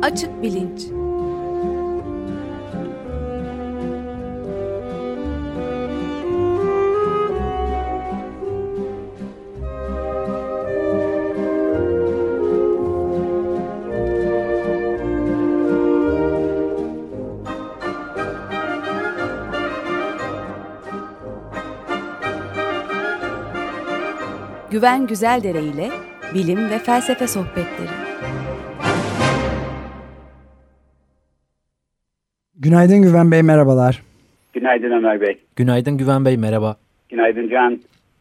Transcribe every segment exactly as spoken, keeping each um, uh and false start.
Açık Bilinç. Güven Güzeldere ile bilim ve felsefe sohbetleri. Günaydın Güven Bey, merhabalar. Günaydın Ömer Bey. Günaydın Güven Bey, merhaba. Günaydın Can.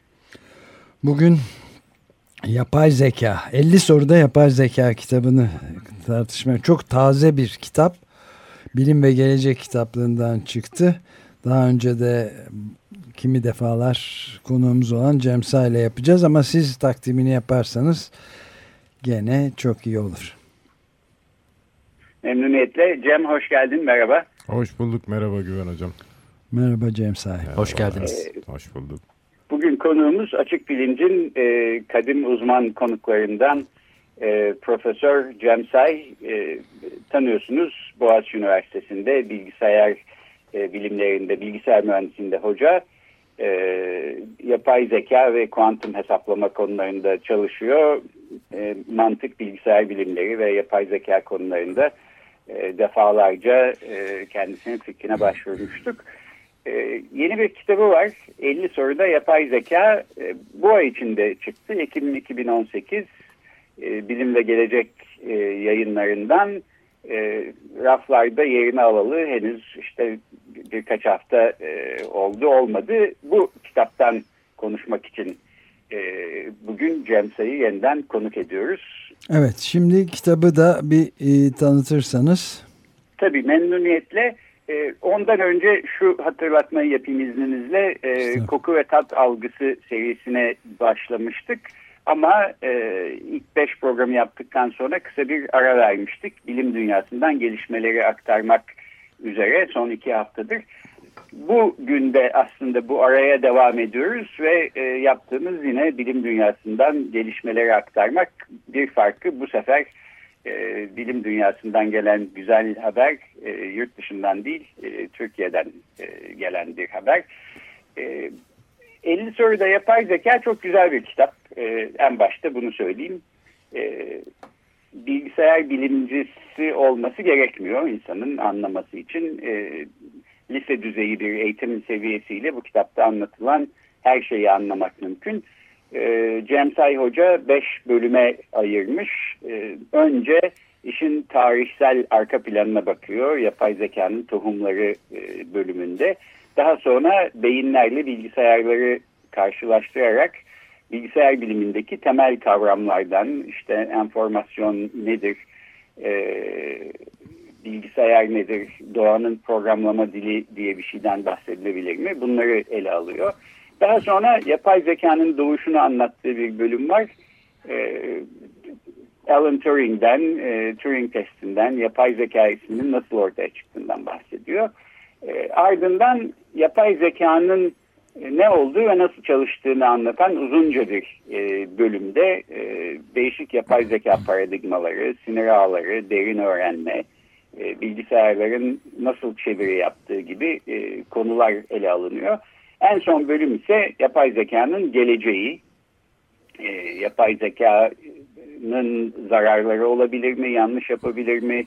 Bugün yapay zeka, elli soruda yapay zeka kitabını tartışmaya, çok taze bir kitap. Bilim ve Gelecek kitaplığından çıktı. Daha önce de kimi defalar konuğumuz olan Cemsa ile yapacağız ama siz takdimini yaparsanız gene çok iyi olur. Memnuniyetle. Cem hoş geldin, merhaba. Hoş bulduk, merhaba Güven Hocam. Merhaba Cemsa. Merhaba. Hoş geldiniz. Ee, hoş bulduk. Bugün konuğumuz Açık Bilinc'in e, kadim uzman konuklarından e, Profesör Cem Say. E, tanıyorsunuz, Boğaziçi Üniversitesi'nde bilgisayar e, bilimlerinde, bilgisayar mühendisliğinde hoca. E, yapay zeka ve kuantum hesaplama konularında çalışıyor. E, mantık, bilgisayar bilimleri ve yapay zeka konularında e, defalarca e, kendisinin fikrine başvurmuştuk. E, yeni bir kitabı var. elli soruda yapay zeka. E, bu ay içinde çıktı. Ekim iki bin on sekiz e, Bilim ve Gelecek e, yayınlarından e, raflarda yerini alalı henüz işte birkaç hafta e, oldu olmadı. Bu kitaptan konuşmak için e, bugün Cem Say'ı yeniden konuk ediyoruz. Evet, şimdi kitabı da bir e, tanıtırsanız. Tabii, memnuniyetle. E, ondan önce şu hatırlatmayı yapayım izninizle. E, koku ve tat algısı serisine başlamıştık. Ama e, ilk beş programı yaptıktan sonra kısa bir ara vermiştik. Bilim dünyasından gelişmeleri aktarmak üzere son iki haftadır. Bu günde aslında bu araya devam ediyoruz ve e, yaptığımız yine bilim dünyasından gelişmeleri aktarmak. Bir farkı bu sefer e, bilim dünyasından gelen güzel haber e, yurt dışından değil e, Türkiye'den e, gelen bir haber. E, elli soruda yapay zeka çok güzel bir kitap. E, en başta bunu söyleyeyim. E, bilgisayar bilimcisi olması gerekmiyor insanın anlaması için. E, lise düzeyi bir eğitim seviyesiyle bu kitapta anlatılan her şeyi anlamak mümkün. E, Cem Say Hoca beş bölüme ayırmış. E, önce işin tarihsel arka planına bakıyor. Yapay zekanın tohumları e, bölümünde. Daha sonra beyinlerle bilgisayarları karşılaştırarak bilgisayar bilimindeki temel kavramlardan, işte enformasyon nedir, e, bilgisayar nedir, doğanın programlama dili diye bir şeyden bahsedilebilir mi? Bunları ele alıyor. Daha sonra yapay zekanın doğuşunu anlattığı bir bölüm var. E, Alan Turing'den, e, Turing testinden, yapay zeka isminin nasıl ortaya çıktığından bahsediyor. E, ardından yapay zekanın e, ne olduğu ve nasıl çalıştığını anlatan uzunca bir e, bölümde e, değişik yapay zeka paradigmaları, sinir ağları, derin öğrenme, e, bilgisayarların nasıl çeviri yaptığı gibi e, konular ele alınıyor. En son bölüm ise yapay zekanın geleceği, e, yapay zekanın zararları olabilir mi, yanlış yapabilir mi?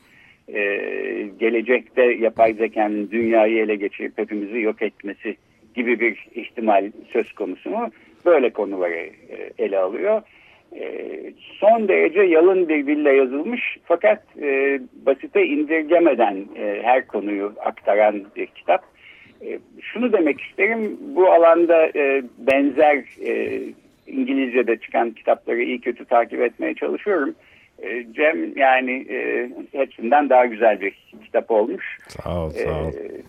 Ee, gelecekte yapay zekanın dünyayı ele geçirip hepimizi yok etmesi gibi bir ihtimal söz konusu mu? Böyle konuları e, ele alıyor. E, son derece yalın bir dille yazılmış fakat e, basite indirgemeden e, her konuyu aktaran bir kitap. E, şunu demek isterim, bu alanda e, benzer e, İngilizce'de çıkan kitapları iyi kötü takip etmeye çalışıyorum. Cem yani e, hepsinden daha güzel bir kitap olmuş. Sağ ol, sağ ol. E,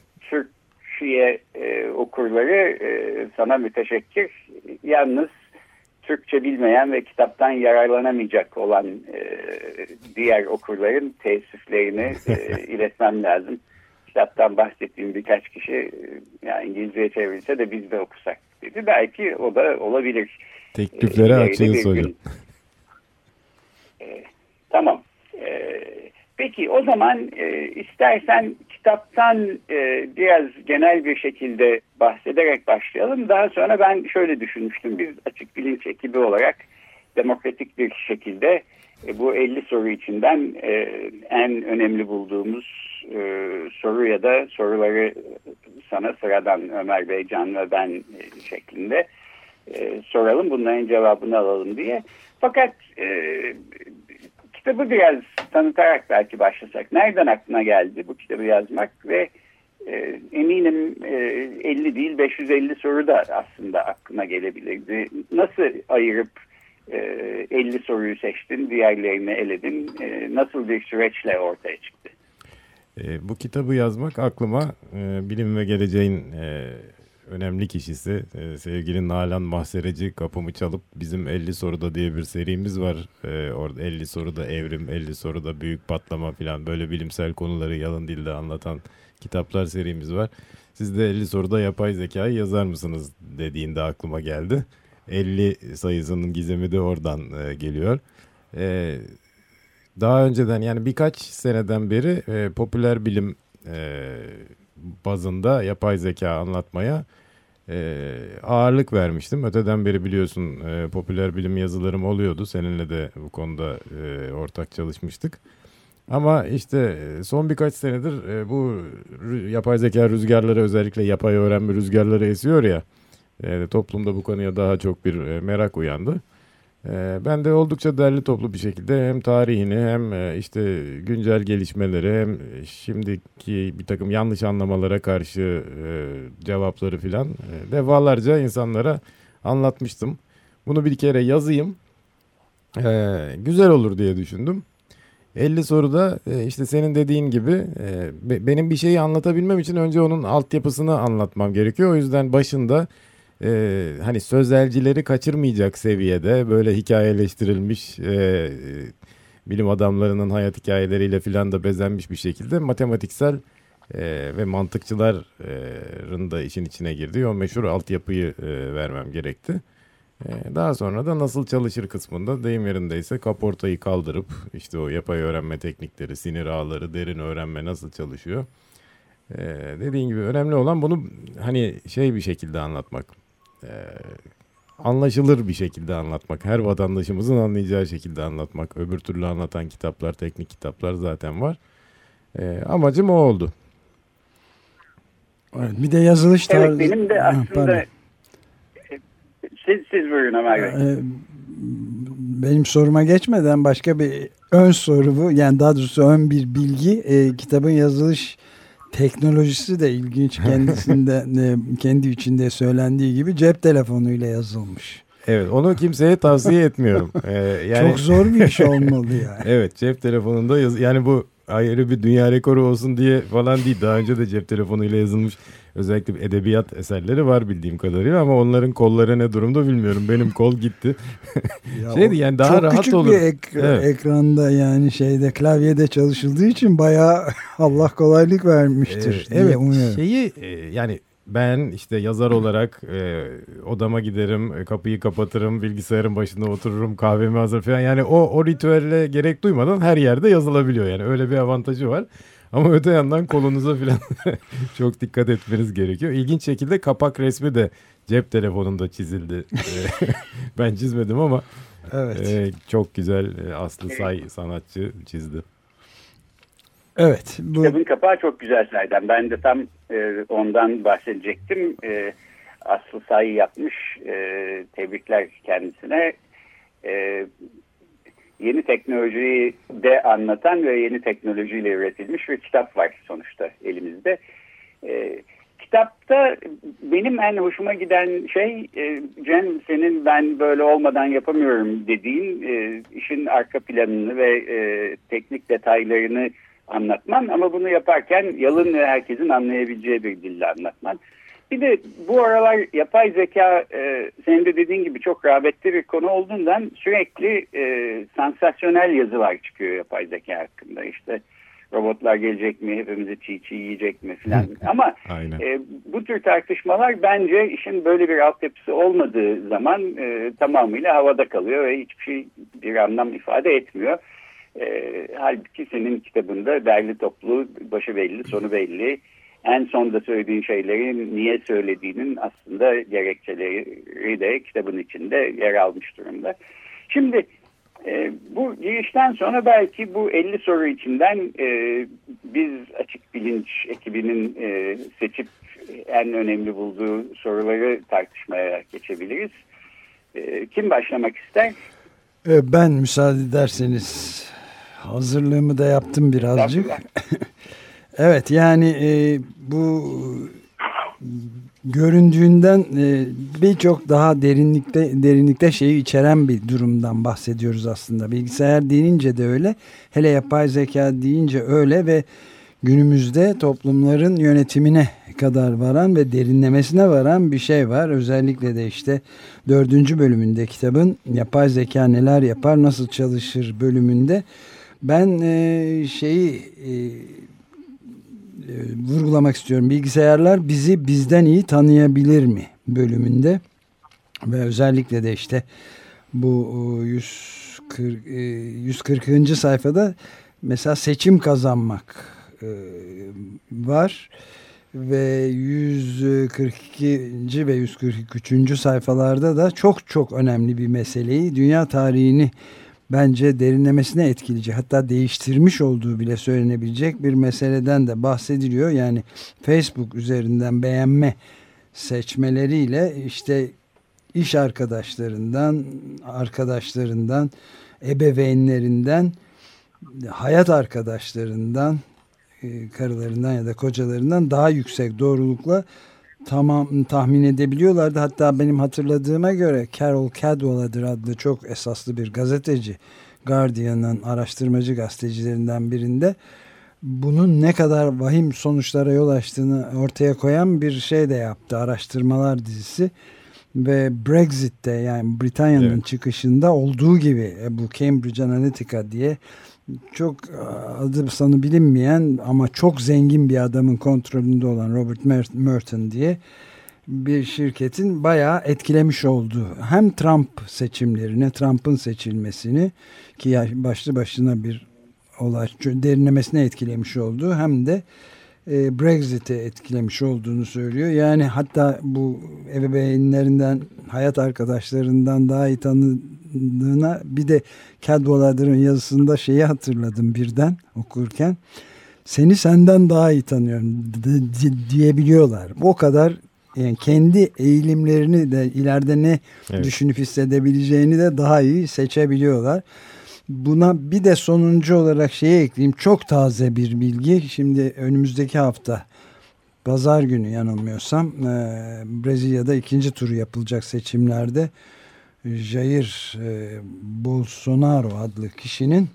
Türkçe e, okurları e, sana müteşekkir. Yalnız Türkçe bilmeyen ve kitaptan yararlanamayacak olan e, diğer okurların teessüflerini e, iletmem lazım. Kitaptan bahsettiğim birkaç kişi e, yani İngilizceye çevrilse de biz de okusak dedi. Belki o da olabilir. Teklifleri açığız hocam. E, tamam. E, Peki o zaman e, istersen kitaptan e, biraz genel bir şekilde bahsederek başlayalım. Daha sonra ben şöyle düşünmüştüm. Biz Açık Bilinç ekibi olarak demokratik bir şekilde e, bu elli soru içinden e, en önemli bulduğumuz e, soru ya da soruları sana sıradan Ömer Bey, Can ve ben e, şeklinde e, soralım. Bunların cevabını alalım diye. Fakat e, kitabı biraz tanıtarak belki başlasak. Nereden aklına geldi bu kitabı yazmak ve e, eminim e, elli değil beş yüz elli soru da aslında aklına gelebilirdi. Nasıl ayırıp e, elli soruyu seçtin, diğerlerini eledin? E, nasıl bir süreçle ortaya çıktı? E, bu kitabı yazmak aklıma e, Bilim ve Geleceğin e, önemli kişisi e, sevgili Nalan Mahsereci kapımı çalıp bizim elli soruda diye bir serimiz var. E, orada elli soruda evrim, elli soruda büyük patlama falan böyle bilimsel konuları yalın dilde anlatan kitaplar serimiz var. Siz de elli soruda yapay zekayı yazar mısınız dediğinde aklıma geldi. elli sayısının gizemi de oradan e, geliyor. E, daha önceden yani birkaç seneden beri e, popüler bilim e, bazında yapay zeka anlatmaya e, ağırlık vermiştim. Öteden beri biliyorsun e, popüler bilim yazılarım oluyordu. Seninle de bu konuda e, ortak çalışmıştık. Ama işte son birkaç senedir e, bu yapay zeka rüzgarları, özellikle yapay öğrenme rüzgarları esiyor ya. E, toplumda bu konuya daha çok bir e, merak uyandı. E, ben de oldukça derli toplu bir şekilde hem tarihini hem e, işte güncel gelişmeleri hem şimdiki bir takım yanlış anlamalara karşı e, cevapları filan e, defalarca insanlara anlatmıştım. Bunu bir kere yazayım. E, güzel olur diye düşündüm. elli soruda e, işte senin dediğin gibi e, be, benim bir şeyi anlatabilmem için önce onun altyapısını anlatmam gerekiyor. O yüzden başında e, hani sözelcileri kaçırmayacak seviyede böyle hikayeleştirilmiş e, bilim adamlarının hayat hikayeleriyle filan da bezenmiş bir şekilde matematiksel e, ve mantıkçıların da işin içine girdiği o meşhur altyapıyı e, vermem gerekti. Daha sonra da nasıl çalışır kısmında deyim yerindeyse kaportayı kaldırıp işte o yapay öğrenme teknikleri, sinir ağları, derin öğrenme nasıl çalışıyor. Ee, dediğin gibi önemli olan bunu hani şey bir şekilde anlatmak. Ee, anlaşılır bir şekilde anlatmak. Her vatandaşımızın anlayacağı şekilde anlatmak. Öbür türlü anlatan kitaplar, teknik kitaplar zaten var. Ee, amacım o oldu. Evet, bir de yazılış tarzı. Evet, benim de aslında... Ha, Siz, siz buyurun Ömer Bey. Benim soruma geçmeden başka bir ön soru bu. Yani daha doğrusu ön bir bilgi. E, kitabın yazılış teknolojisi de ilginç. Kendisinde kendi içinde söylendiği gibi cep telefonuyla yazılmış. Evet, onu kimseye tavsiye etmiyorum. Ee, yani... Çok zor bir iş olmalı yani. Evet, cep telefonunda yaz... yani bu ayrı bir dünya rekoru olsun diye falan değil. Daha önce de cep telefonuyla yazılmış özellikle edebiyat eserleri var bildiğim kadarıyla ama onların kolları ne durumda bilmiyorum. Benim kol gitti. Şeydi yani daha çok rahat küçük olur. Bir ek- evet. ekranda yani şeyde klavyede çalışıldığı için bayağı Allah kolaylık vermiştir ee, diye evet, umuyorum. Şeyi e, yani ben işte yazar olarak e, odama giderim, kapıyı kapatırım, bilgisayarın başında otururum, kahvemi hazır falan. Yani o, o ritüelle gerek duymadan her yerde yazılabiliyor. Yani öyle bir avantajı var. Ama öte yandan kolunuza falan çok dikkat etmeniz gerekiyor. İlginç şekilde kapak resmi de cep telefonunda çizildi. Ben çizmedim ama evet. e, çok güzel Aslı Say sanatçı çizdi. Evet. Bu... Kitabın kapağı çok güzel zaten. Ben de tam e, ondan bahsedecektim. E, Aslı Say yapmış. E, tebrikler kendisine. E, yeni teknolojiyi de anlatan ve yeni teknolojiyle üretilmiş bir kitap var sonuçta elimizde. E, kitapta benim en hoşuma giden şey e, Cem senin ben böyle olmadan yapamıyorum dediğin e, işin arka planını ve e, teknik detaylarını anlatman ama bunu yaparken yalın ve herkesin anlayabileceği bir dille anlatman. Bir de bu aralar yapay zeka e, senin de dediğin gibi çok rağbetli bir konu olduğundan sürekli e, sansasyonel yazılar çıkıyor yapay zeka hakkında. İşte robotlar gelecek mi, hepimizi çiğ çiğ yiyecek mi filan. Ama e, bu tür tartışmalar bence işin böyle bir altyapısı olmadığı zaman e, tamamıyla havada kalıyor ve hiçbir şey bir anlam ifade etmiyor. E, halbuki senin kitabında derli toplu, başı belli, sonu belli. En sonda söylediğin şeyleri niye söylediğinin aslında gerekçeleri de kitabın içinde yer almış durumda. Şimdi e, bu girişten sonra belki bu elli soru içinden e, biz Açık Bilinç ekibinin e, seçip en önemli bulduğu soruları tartışmaya geçebiliriz. E, kim başlamak ister? Ben müsaade ederseniz hazırlığımı da yaptım birazcık. Evet, yani e, bu göründüğünden e, birçok daha derinlikte derinlikte şeyi içeren bir durumdan bahsediyoruz aslında. Bilgisayar deyince de öyle, hele yapay zeka deyince öyle ve günümüzde toplumların yönetimine kadar varan ve derinlemesine varan bir şey var. Özellikle de işte dördüncü bölümünde kitabın yapay zeka neler yapar, nasıl çalışır bölümünde ben e, şeyi e, e, vurgulamak istiyorum. Bilgisayarlar bizi bizden iyi tanıyabilir mi bölümünde ve özellikle de işte bu yüz kırk, yüz kırkıncı sayfada mesela seçim kazanmak var ve yüz kırk ikinci ve yüz kırk üçüncü sayfalarda da çok çok önemli bir meseleyi, dünya tarihini bence derinlemesine etkileyecek, hatta değiştirmiş olduğu bile söylenebilecek bir meseleden de bahsediliyor. Yani Facebook üzerinden beğenme seçmeleriyle işte iş arkadaşlarından, arkadaşlarından, ebeveynlerinden, hayat arkadaşlarından, karılarından ya da kocalarından daha yüksek doğrulukla tamam tahmin edebiliyorlardı. Hatta benim hatırladığıma göre Carol Cadwalader adlı çok esaslı bir gazeteci, Guardian'ın araştırmacı gazetecilerinden birinde bunun ne kadar vahim sonuçlara yol açtığını ortaya koyan bir şey de yaptı. Araştırmalar dizisi. Ve Brexit'te, yani Britanya'nın evet. çıkışında olduğu gibi bu Cambridge Analytica diye çok adı sanı bilinmeyen ama çok zengin bir adamın kontrolünde olan Robert Merton diye bir şirketin bayağı etkilemiş olduğu, hem Trump seçimlerini, Trump'ın seçilmesini ki başlı başına bir olay derinlemesine etkilemiş olduğu, hem de Brexit'i etkilemiş olduğunu söylüyor. Yani hatta bu ebeveynlerinden, hayat arkadaşlarından daha iyi tanıdığına, bir de Cadwalader'ın yazısında şeyi hatırladım birden okurken, seni senden daha iyi tanıyorum diyebiliyorlar. O kadar, yani kendi eğilimlerini de ileride ne evet. düşünüp hissedebileceğini de daha iyi seçebiliyorlar. Buna bir de sonuncu olarak şeye ekleyeyim. Çok taze bir bilgi. Şimdi önümüzdeki hafta pazar günü yanılmıyorsam Brezilya'da ikinci turu yapılacak seçimlerde Jair Bolsonaro adlı kişinin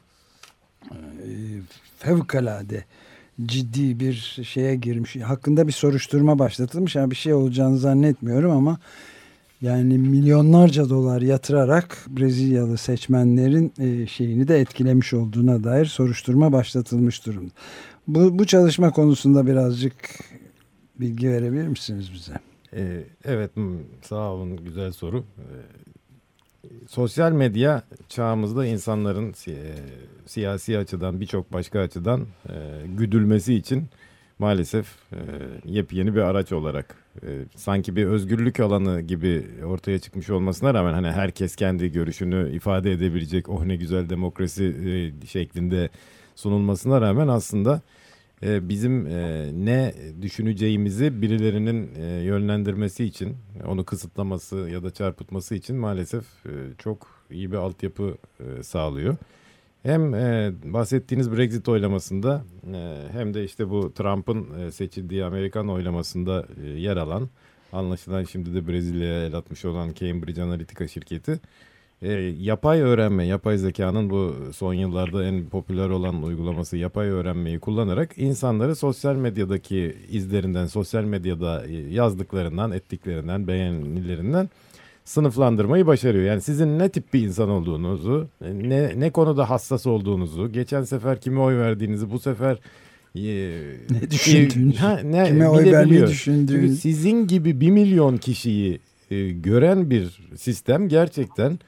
fevkalade ciddi bir şeye girmiş. Hakkında bir soruşturma başlatılmış. Yani bir şey olacağını zannetmiyorum ama yani milyonlarca dolar yatırarak Brezilyalı seçmenlerin e, şeyini de etkilemiş olduğuna dair soruşturma başlatılmış durumda. Bu, bu çalışma konusunda birazcık bilgi verebilir misiniz bize? Ee, evet, sağ olun, güzel soru. Ee, sosyal medya çağımızda insanların si- siyasi açıdan, birçok başka açıdan e, güdülmesi için maalesef e, yepyeni bir araç olarak e, sanki bir özgürlük alanı gibi ortaya çıkmış olmasına rağmen, hani herkes kendi görüşünü ifade edebilecek, oh ne güzel demokrasi e, şeklinde sunulmasına rağmen aslında e, bizim e, ne düşüneceğimizi birilerinin e, yönlendirmesi için, onu kısıtlaması ya da çarpıtması için maalesef e, çok iyi bir altyapı e, sağlıyor. Hem e, bahsettiğiniz Brexit oylamasında e, hem de işte bu Trump'ın e, seçildiği Amerikan oylamasında e, yer alan, anlaşılan şimdi de Brezilya'ya el atmış olan Cambridge Analytica şirketi e, yapay öğrenme, yapay zekanın bu son yıllarda en popüler olan uygulaması yapay öğrenmeyi kullanarak insanları sosyal medyadaki izlerinden, sosyal medyada yazdıklarından, ettiklerinden, beğenilerinden sınıflandırmayı başarıyor. Yani sizin ne tip bir insan olduğunuzu, ne ne konuda hassas olduğunuzu, geçen sefer kime oy verdiğinizi, bu sefer e, ne düşündüğünüzü, ha, ne, kime oy vermeyi düşündüğünüzü. Çünkü sizin gibi bir milyon kişiyi e, gören bir sistem gerçekten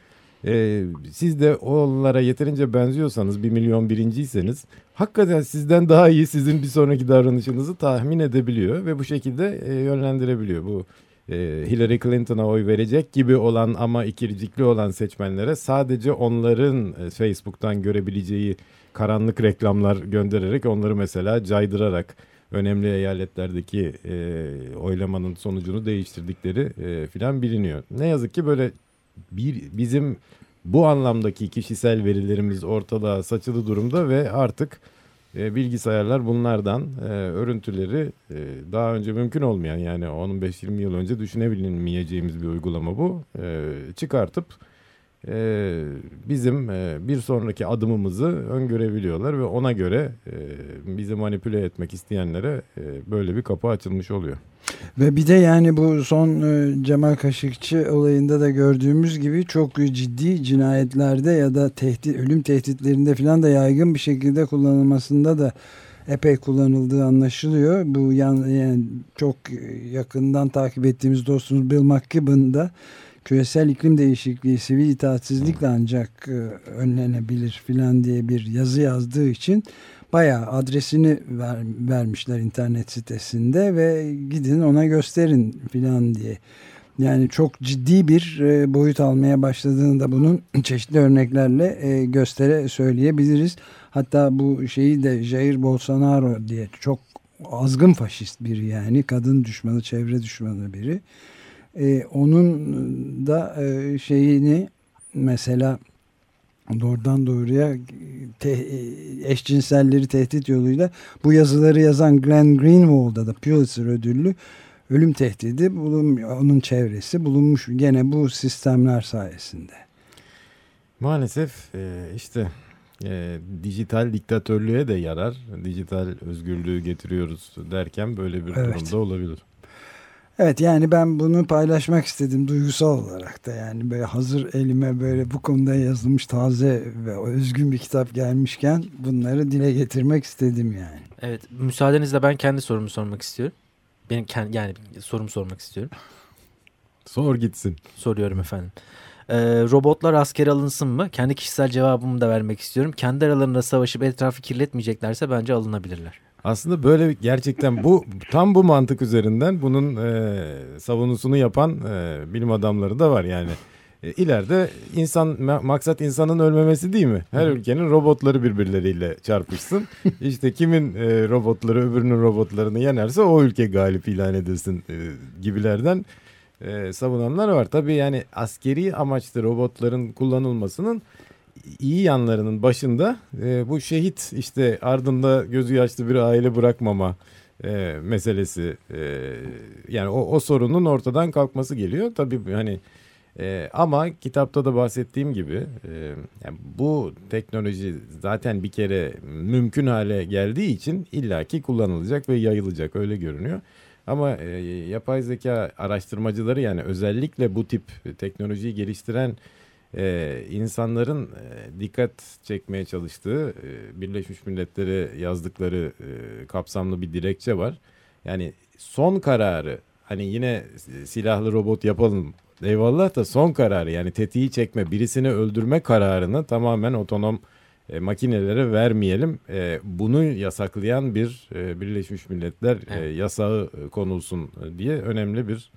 Ee, siz de onlara yeterince benziyorsanız, bir milyon birinciyseniz hakikaten sizden daha iyi sizin bir sonraki davranışınızı tahmin edebiliyor ve bu şekilde e, yönlendirebiliyor. Bu e, Hillary Clinton'a oy verecek gibi olan ama ikircikli olan seçmenlere sadece onların e, Facebook'tan görebileceği karanlık reklamlar göndererek onları mesela caydırarak önemli eyaletlerdeki e, oylamanın sonucunu değiştirdikleri e, filan biliniyor. Ne yazık ki böyle bir bizim bu anlamdaki kişisel verilerimiz ortalığa saçılı durumda ve artık e, bilgisayarlar bunlardan e, örüntüleri e, daha önce mümkün olmayan, yani on beş yirmi yıl önce düşünebilmeyeceğimiz bir uygulama bu. E, çıkartıp e, bizim e, bir sonraki adımımızı öngörebiliyorlar ve ona göre e, bizi manipüle etmek isteyenlere e, böyle bir kapı açılmış oluyor. Ve bir de yani bu son e, Cemal Kaşıkçı olayında da gördüğümüz gibi çok ciddi cinayetlerde ya da tehdit, ölüm tehditlerinde falan da yaygın bir şekilde kullanılmasında da epey kullanıldığı anlaşılıyor. Bu yan, yani çok yakından takip ettiğimiz dostumuz Bill McKibben da küresel iklim değişikliği sivil itaatsizlikle ancak e, önlenebilir filan diye bir yazı yazdığı için bayağı adresini ver, vermişler internet sitesinde ve gidin ona gösterin filan diye. Yani çok ciddi bir e, boyut almaya başladığını da bunun çeşitli örneklerle e, göstere söyleyebiliriz. Hatta bu şeyi de Jair Bolsonaro diye çok azgın faşist biri, yani kadın düşmanı, çevre düşmanı biri. E, onun da e, şeyini mesela doğrudan doğruya te, eşcinselleri tehdit yoluyla bu yazıları yazan Glenn Greenwald'a da Pulitzer ödüllü ölüm tehdidi bulun, onun çevresi bulunmuş gene bu sistemler sayesinde. Maalesef e, işte e, dijital diktatörlüğe de yarar, dijital özgürlüğü getiriyoruz derken böyle bir evet. durumda olabilir. Evet, yani ben bunu paylaşmak istedim duygusal olarak da, yani böyle hazır elime böyle bu konuda yazılmış taze ve özgün bir kitap gelmişken bunları dile getirmek istedim yani. Evet, müsaadenizle ben kendi sorumu sormak istiyorum. Benim kendi, yani sorumu sormak istiyorum. Sor gitsin. Soruyorum efendim. Ee, robotlar askere alınsın mı? Kendi kişisel cevabımı da vermek istiyorum. Kendi aralarında savaşıp etrafı kirletmeyeceklerse bence alınabilirler. Aslında böyle gerçekten bu tam bu mantık üzerinden bunun e, savunusunu yapan e, bilim adamları da var yani. E, ileride insan maksat insanın ölmemesi değil mi? Her ülkenin robotları birbirleriyle çarpışsın. İşte kimin e, robotları öbürünün robotlarını yenerse o ülke galip ilan edilsin e, gibilerden e, savunanlar var. Tabii yani askeri amaçlı robotların kullanılmasının iyi yanlarının başında e, bu şehit, işte ardında gözü yaşlı bir aile bırakmama e, meselesi, e, yani o, o sorunun ortadan kalkması geliyor. Tabii hani e, ama kitapta da bahsettiğim gibi e, yani bu teknoloji zaten bir kere mümkün hale geldiği için illaki kullanılacak ve yayılacak, öyle görünüyor. Ama e, yapay zeka araştırmacıları, yani özellikle bu tip teknolojiyi geliştiren Ee, insanların e, dikkat çekmeye çalıştığı e, Birleşmiş Milletler'e yazdıkları e, kapsamlı bir dilekçe var. Yani son kararı, hani yine silahlı robot yapalım eyvallah da son kararı, yani tetiği çekme, birisini öldürme kararını tamamen otonom e, makinelere vermeyelim. E, bunu yasaklayan bir e, Birleşmiş Milletler e, yasağı konulsun diye önemli bir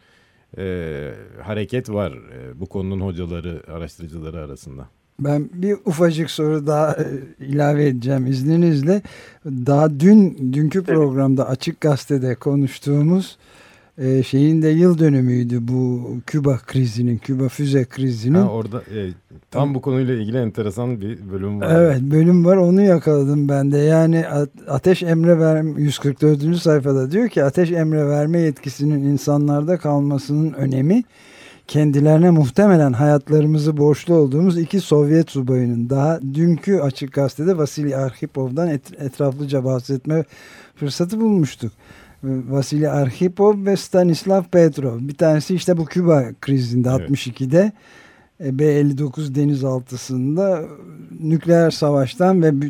E, hareket var e, bu konunun hocaları, araştırıcıları arasında. Ben bir ufacık soru daha e, ilave edeceğim izninizle. Daha dün dünkü programda Açık Gazete'de konuştuğumuz e, şeyin de yıl dönümüydü, bu Küba krizinin, Küba füze krizinin. Ha, orada e, tam bu konuyla ilgili enteresan bir bölüm var. Evet, bölüm var, onu yakaladım ben de. Yani ateş emre verme, yüz kırk dördüncü sayfada diyor ki ateş emre verme yetkisinin insanlarda kalmasının önemi, kendilerine muhtemelen hayatlarımızı borçlu olduğumuz iki Sovyet subayının, daha dünkü Açık Gazete'de Vasili Arhipov'dan et, etraflıca bahsetme fırsatı bulmuştuk. Vasili Arhipov ve Stanislav Petrov. Bir tanesi işte bu Küba krizinde, evet, altmış ikide B elli dokuz denizaltısında nükleer savaştan ve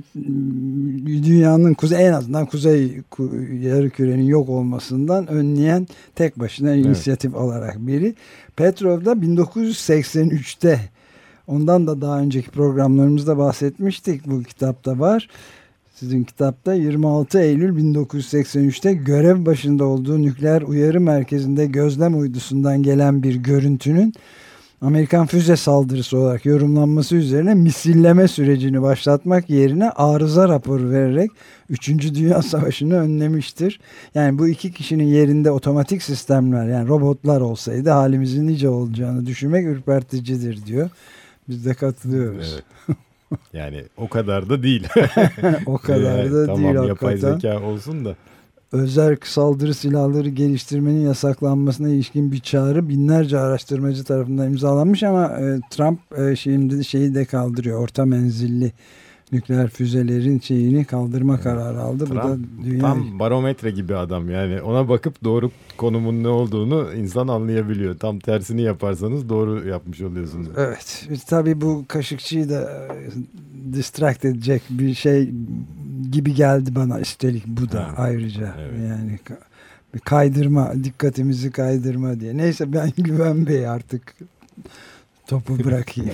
dünyanın kuzey, en azından kuzey yarımkürenin yok olmasından önleyen tek başına inisiyatif, evet, alarak biri. Petrov da bin dokuz yüz seksen üçte Ondan da daha önceki programlarımızda bahsetmiştik. Bu kitapta var. Sizin kitapta yirmi altı Eylül bin dokuz yüz seksen üçte görev başında olduğu nükleer uyarı merkezinde gözlem uydusundan gelen bir görüntünün Amerikan füze saldırısı olarak yorumlanması üzerine misilleme sürecini başlatmak yerine arıza raporu vererek üçüncü. Dünya Savaşı'nı önlemiştir. Yani bu iki kişinin yerinde otomatik sistemler, yani robotlar olsaydı halimizin nice olacağını düşünmek ürperticidir diyor. Biz de katılıyoruz. Evet. Yani o kadar da değil. O kadar da tamam, değil yapay hakikaten. zeka olsun da. Özel saldırı silahları geliştirmenin yasaklanmasına ilişkin bir çağrı binlerce araştırmacı tarafından imzalanmış ama e, Trump e, şimdi şeyi de kaldırıyor. Orta menzilli nükleer füzelerin şeyini kaldırma evet. kararı aldı. Trump, Bu da dünya... tam barometre gibi adam, yani ona bakıp doğru konumun ne olduğunu insan anlayabiliyor. Tam tersini yaparsanız doğru yapmış oluyorsunuz. Evet. Tabii bu Kaşıkçı'yı da distract edecek bir şey gibi geldi bana, üstelik bu da evet. ayrıca evet. yani bir kaydırma, dikkatimizi kaydırma diye. Neyse, ben Güven Bey artık topu bırakayım.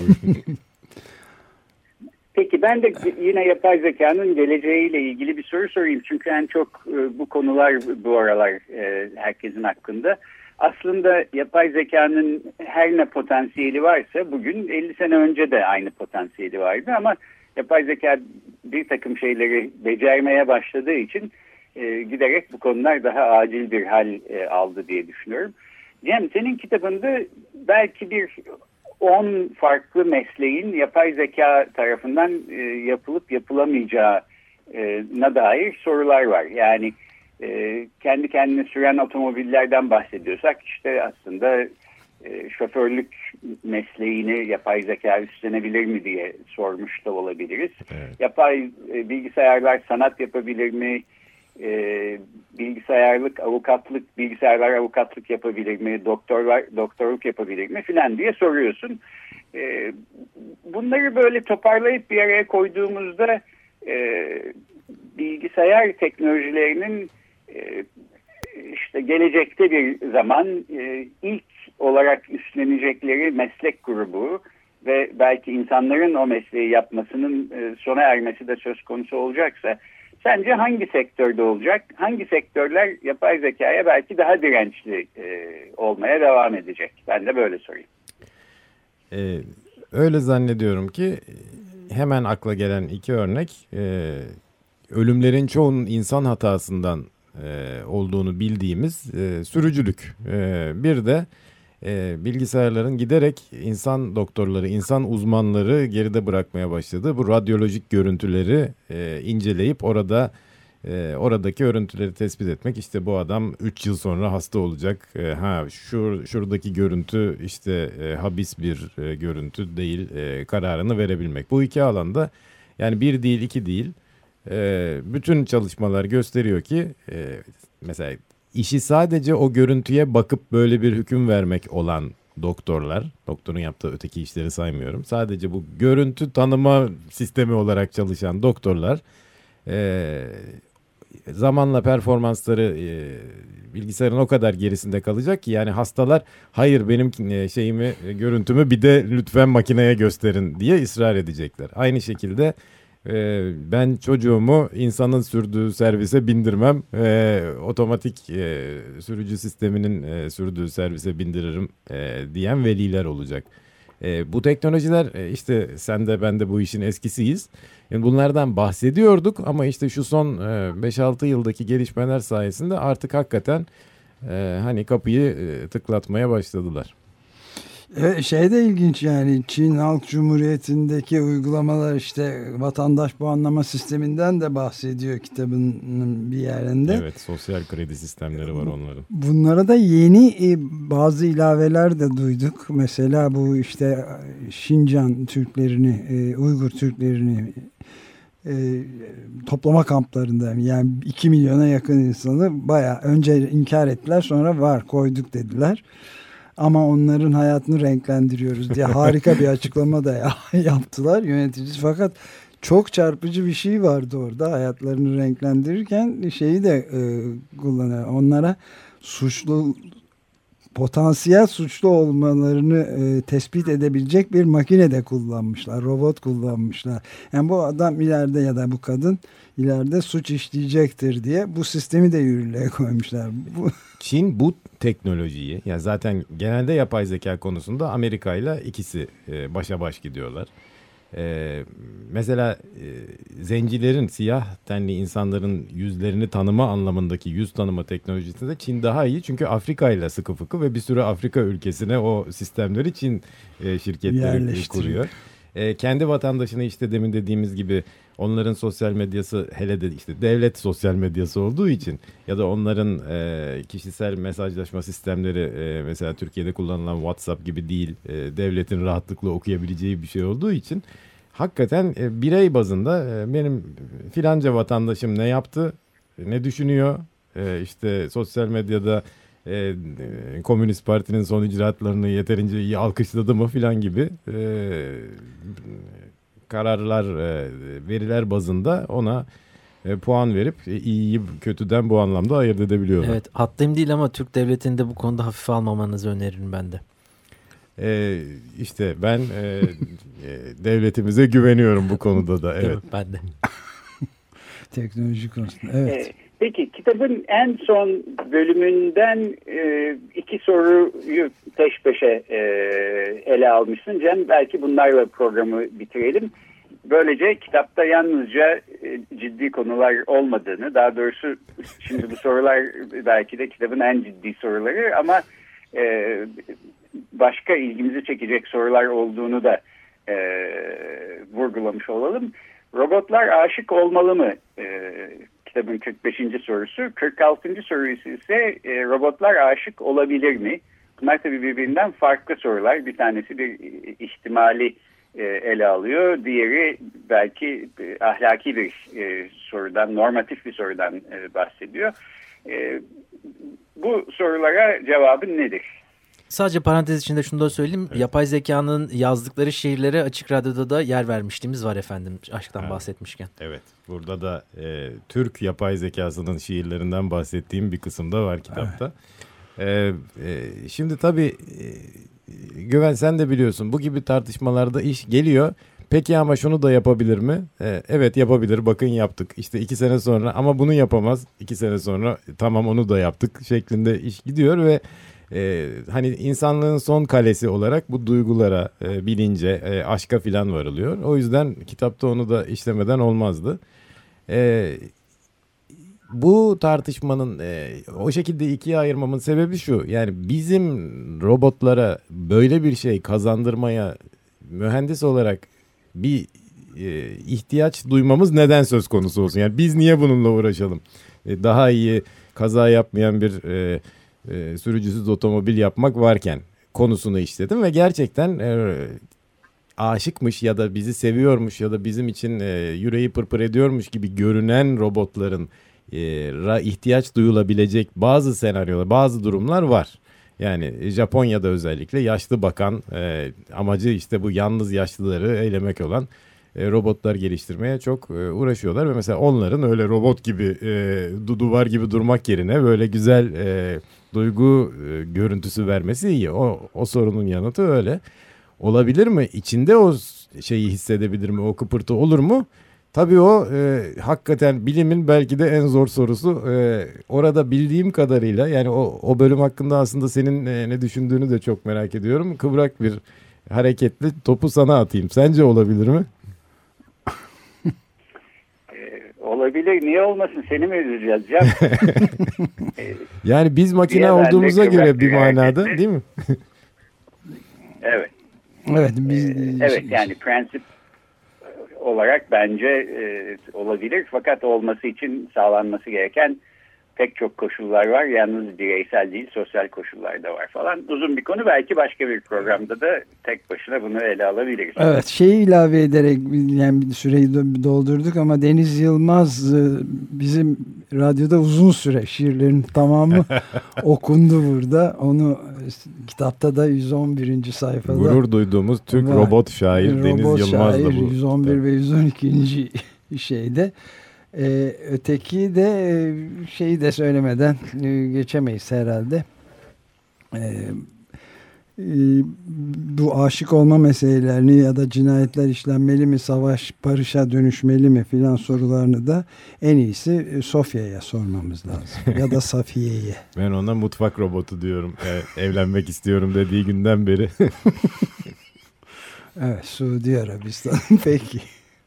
Peki ben de yine yapay zekanın geleceğiyle ilgili bir soru sorayım. Çünkü en çok bu konular bu aralar herkesin hakkında. Aslında yapay zekanın her ne potansiyeli varsa bugün elli sene önce de aynı potansiyeli vardı ama yapay zeka bir takım şeyleri becermeye başladığı için e, giderek bu konular daha acil bir hal e, aldı diye düşünüyorum. Cem, senin kitabında belki bir on farklı mesleğin yapay zeka tarafından e, yapılıp yapılamayacağına dair sorular var. Yani e, kendi kendine süren otomobillerden bahsediyorsak işte aslında e, şoförlük mesleğini yapay zeka üstlenebilir mi diye sormuş da olabiliriz. Evet. Yapay e, bilgisayarlar sanat yapabilir mi? E, bilgisayarlık avukatlık, bilgisayarlar avukatlık yapabilir mi? Doktorlar doktorluk yapabilir mi? Filan diye soruyorsun. E, bunları böyle toparlayıp bir araya koyduğumuzda e, bilgisayar teknolojilerinin e, işte gelecekte bir zaman e, ilk olarak üstlenecekleri meslek grubu ve belki insanların o mesleği yapmasının e, sona ermesi de söz konusu olacaksa sence hangi sektörde olacak? Hangi sektörler yapay zekaya belki daha dirençli e, olmaya devam edecek? Ben de böyle sorayım. Ee, öyle zannediyorum ki hemen akla gelen iki örnek e, ölümlerin çoğunun insan hatasından e, olduğunu bildiğimiz e, sürücülük. E, bir de e, bilgisayarların giderek insan doktorları, insan uzmanları geride bırakmaya başladı. Bu radyolojik görüntüleri e, inceleyip orada e, oradaki örüntüleri tespit etmek. İşte bu adam üç yıl sonra hasta olacak. E, ha şur, şuradaki görüntü işte e, habis bir e, görüntü değil e, kararını verebilmek. Bu iki alanda, yani bir değil iki değil, e, bütün çalışmalar gösteriyor ki e, mesela işi sadece o görüntüye bakıp böyle bir hüküm vermek olan doktorlar, doktorun yaptığı öteki işleri saymıyorum, sadece bu görüntü tanıma sistemi olarak çalışan doktorlar e, zamanla performansları e, bilgisayarın o kadar gerisinde kalacak ki, yani hastalar hayır benim e, şeyimi e, görüntümü bir de lütfen makineye gösterin diye ısrar edecekler. Aynı şekilde e, ben çocuğumu insanın sürdüğü servise bindirmem, e, otomatik e, sürücü sisteminin e, sürdüğü servise bindiririm e, diyen veliler olacak. E, bu teknolojiler e, işte sen de ben de bu işin eskisiyiz. Yani bunlardan bahsediyorduk ama işte şu son e, beş altı yıldaki gelişmeler sayesinde artık hakikaten e, hani kapıyı e, tıklatmaya başladılar. E, şey de ilginç, yani Çin Halk Cumhuriyeti'ndeki uygulamalar, işte vatandaş puanlama sisteminden de bahsediyor kitabının bir yerinde. Evet, sosyal kredi sistemleri var onların. Bunlara da yeni e, bazı ilaveler de duyduk. Mesela bu işte Şincan Türklerini, e, Uygur Türklerini e, toplama kamplarında, yani iki milyona yakın insanı bayağı önce inkar ettiler, sonra var koyduk dediler. Ama onların hayatını renklendiriyoruz diye harika bir açıklama da yaptılar yöneticisi. Fakat çok çarpıcı bir şey vardı orada, hayatlarını renklendirirken şeyi de e, kullanıyor. Onlara suçlu potansiyel suçlu olmalarını e, tespit edebilecek bir makine de kullanmışlar. Robot kullanmışlar. Yani bu adam ileride ya da bu kadın ileride suç işleyecektir diye bu sistemi de yürürlüğe koymuşlar. Bu... Çin bu teknolojiyi, yani zaten genelde yapay zeka konusunda Amerika ile ikisi e, başa baş gidiyorlar. E, mesela e, zencilerin, siyah tenli insanların yüzlerini tanıma anlamındaki yüz tanıma teknolojisinde Çin daha iyi. Çünkü Afrika ile sıkı fıkı ve bir sürü Afrika ülkesine o sistemleri Çin e, şirketleri kuruyor. E, kendi vatandaşını işte demin dediğimiz gibi onların sosyal medyası, hele de işte devlet sosyal medyası olduğu için ya da onların e, kişisel mesajlaşma sistemleri e, mesela Türkiye'de kullanılan WhatsApp gibi değil, e, devletin rahatlıkla okuyabileceği bir şey olduğu için hakikaten e, birey bazında e, benim filanca vatandaşım ne yaptı, ne düşünüyor, e, işte sosyal medyada e, e, Komünist Parti'nin son icraatlarını yeterince iyi alkışladı mı filan gibi e, kararlar, e, veriler bazında ona e, puan verip e, iyiyi kötüden bu anlamda ayırt edebiliyorlar. Evet, haddim değil ama Türk devletini de bu konuda hafife almamanızı öneririm ben de. E, işte ben e, e, devletimize güveniyorum bu konuda da. Evet. Ben de. Teknoloji konusunda. Evet. Peki kitabın en son bölümünden e, iki soruyu peş peşe e, ele almışsın Cem. Belki bunlarla programı bitirelim. Böylece kitapta yalnızca e, ciddi konular olmadığını, daha doğrusu şimdi bu sorular belki de kitabın en ciddi soruları ama e, başka ilgimizi çekecek sorular olduğunu da e, vurgulamış olalım. Robotlar aşık olmalı mı? E, kitabın kırk beşinci sorusu. kırk altıncı sorusu ise e, robotlar aşık olabilir mi? Bunlar tabii birbirinden farklı sorular. Bir tanesi bir ihtimali e, ele alıyor. Diğeri belki e, ahlaki bir e, sorudan, normatif bir sorudan e, bahsediyor. E, bu sorulara cevabın nedir? Sadece parantez içinde şunu da söyleyeyim. Evet. Yapay zekanın yazdıkları şiirlere Açık Radyo'da da yer vermişliğimiz var efendim. Aşktan evet. bahsetmişken. Evet. Burada da e, Türk yapay zekasının şiirlerinden bahsettiğim bir kısımda var kitapta. Evet. E, e, şimdi tabii e, Güven sen de biliyorsun bu gibi tartışmalarda iş geliyor. Peki ama şunu da yapabilir mi? E, evet yapabilir. Bakın yaptık. İşte iki sene sonra ama bunu yapamaz. İki sene sonra tamam onu da yaptık şeklinde iş gidiyor ve Ee, hani insanlığın son kalesi olarak bu duygulara, e, bilince, e, aşka filan varılıyor. O yüzden kitapta onu da işlemeden olmazdı. E, bu tartışmanın e, o şekilde ikiye ayırmamın sebebi şu. Yani bizim robotlara böyle bir şey kazandırmaya mühendis olarak bir e, ihtiyaç duymamız neden söz konusu olsun? Yani biz niye bununla uğraşalım? E, daha iyi kaza yapmayan bir E, E, sürücüsüz otomobil yapmak varken konusunu işledim ve gerçekten e, aşıkmış ya da bizi seviyormuş ya da bizim için e, yüreği pırpır ediyormuş gibi görünen robotların e, ra, ihtiyaç duyulabilecek bazı senaryolar, bazı durumlar var. Yani Japonya'da özellikle yaşlı bakan e, amacı işte bu yalnız yaşlıları eylemek olan e, robotlar geliştirmeye çok e, uğraşıyorlar ve mesela onların öyle robot gibi e, duvar gibi durmak yerine böyle güzel e, duygu e, görüntüsü vermesi iyi. O, o sorunun yanıtı öyle. Olabilir mi? İçinde o şeyi hissedebilir mi? O kıpırtı olur mu? Tabii o e, hakikaten bilimin belki de en zor sorusu. E, orada bildiğim kadarıyla yani o, o bölüm hakkında aslında senin e, ne düşündüğünü de çok merak ediyorum. Kıvrak bir hareketli topu sana atayım. Sence olabilir mi? Olabilir. Niye olmasın? Seni mi üzeceğiz Can? Yani biz makine olduğumuza göre bir manada değil mi? Evet. Evet. Biz, ee, evet yani prensip olarak bence e, olabilir. Fakat olması için sağlanması gereken pek çok koşullar var. Yalnız bireysel değil, sosyal koşullar da var falan. Uzun bir konu. Belki başka bir programda da tek başına bunu ele alabiliriz. Evet, şeyi ilave ederek yani süreyi doldurduk ama Deniz Yılmaz bizim radyoda uzun süre şiirlerin tamamı okundu burada. Onu kitapta da yüz on birinci sayfada. Gurur duyduğumuz Türk var. Robot şair robot Deniz Yılmaz da bu. yüz on bir ve yüz on ikinci şeyde. Ee, öteki de şeyi de söylemeden e, geçemeyiz herhalde. e, e, bu aşık olma meselelerini ya da cinayetler işlenmeli mi, savaş barışa dönüşmeli mi filan sorularını da en iyisi Sofya'ya sormamız lazım. Ya da Safiye'ye. Ben ona mutfak robotu diyorum. E, evlenmek istiyorum dediği günden beri. Evet, Suudi Arabistan. Peki.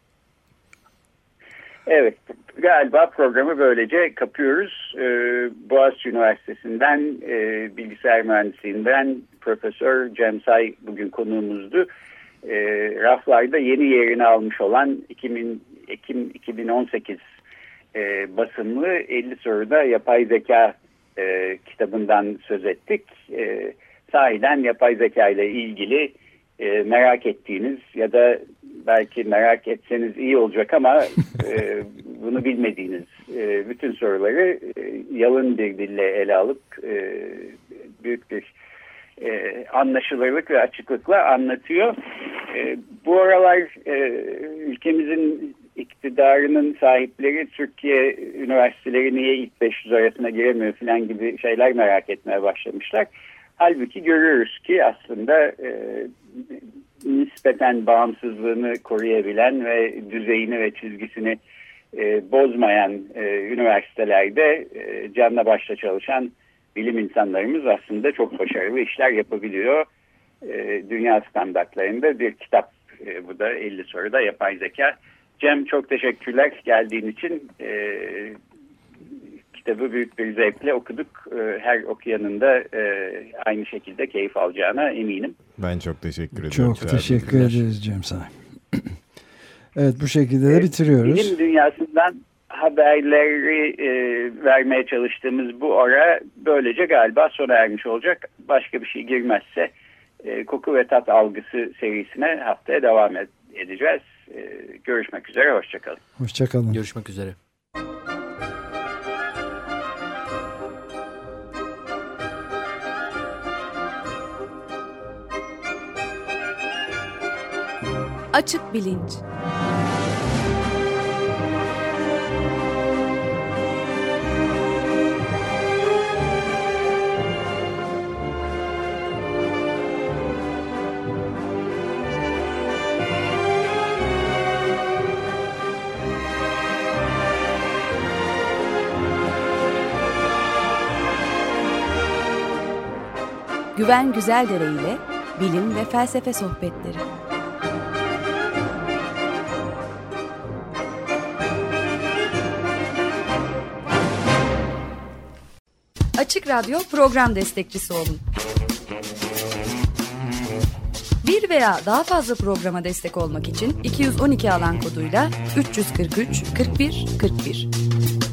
Evet, galiba programı böylece kapıyoruz. Ee, Boğaziçi Üniversitesi'nden, e, bilgisayar mühendisliğinden Profesör Cem Say bugün konuğumuzdu. E, raflarda yeni yerini almış olan Ekim iki bin on sekiz e, basımlı elli soruda yapay zeka e, kitabından söz ettik. E, sahiden yapay zeka ile ilgili e, merak ettiğiniz ya da belki merak etseniz iyi olacak ama e, bunu bilmediğiniz e, bütün soruları e, yalın bir dille ele alıp e, büyük bir e, anlaşılırlık ve açıklıkla anlatıyor. E, bu aralar e, ülkemizin iktidarının sahipleri Türkiye üniversiteleri niye ilk beş yüz arasına giremiyor falan gibi şeyler merak etmeye başlamışlar. Halbuki görüyoruz ki aslında e, nispeten bağımsızlığını koruyabilen ve düzeyini ve çizgisini e, bozmayan e, üniversitelerde e, canla başla çalışan bilim insanlarımız aslında çok başarılı işler yapabiliyor. E, dünya standartlarında bir kitap e, bu da elli soruda yapay zeka. Cem, çok teşekkürler geldiğin için. E, kitabı büyük bir zevkle okuduk. E, her okuyanın da e, aynı şekilde keyif alacağına eminim. Ben çok teşekkür ediyorum. Çok teşekkür ederiz Cem Say. Evet, bu şekilde de bitiriyoruz. Bilim dünyasından haberleri e, vermeye çalıştığımız bu ara böylece galiba sona ermiş olacak. Başka bir şey girmezse e, koku ve tat algısı serisine haftaya devam ed- edeceğiz. E, görüşmek üzere, hoşçakalın. Hoşçakalın. Görüşmek üzere. Açık bilinç. Güven Güzeldere ile bilim ve felsefe sohbetleri. Açık Radyo program destekçisi olun. Bir veya daha fazla programa destek olmak için iki yüz on iki alan koduyla üç yüz kırk üç kırk bir kırk bir.